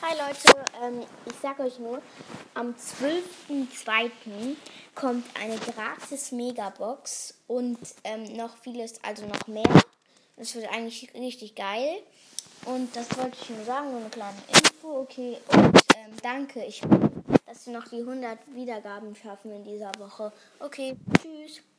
Hi Leute, ich sage euch nur, am 12.02. kommt eine gratis Megabox und noch vieles, also noch mehr. Das wird eigentlich richtig geil. Und das wollte ich nur sagen, nur eine kleine Info, okay. Und danke, ich hoffe, dass wir noch die 100 Wiedergaben schaffen in dieser Woche. Okay, tschüss.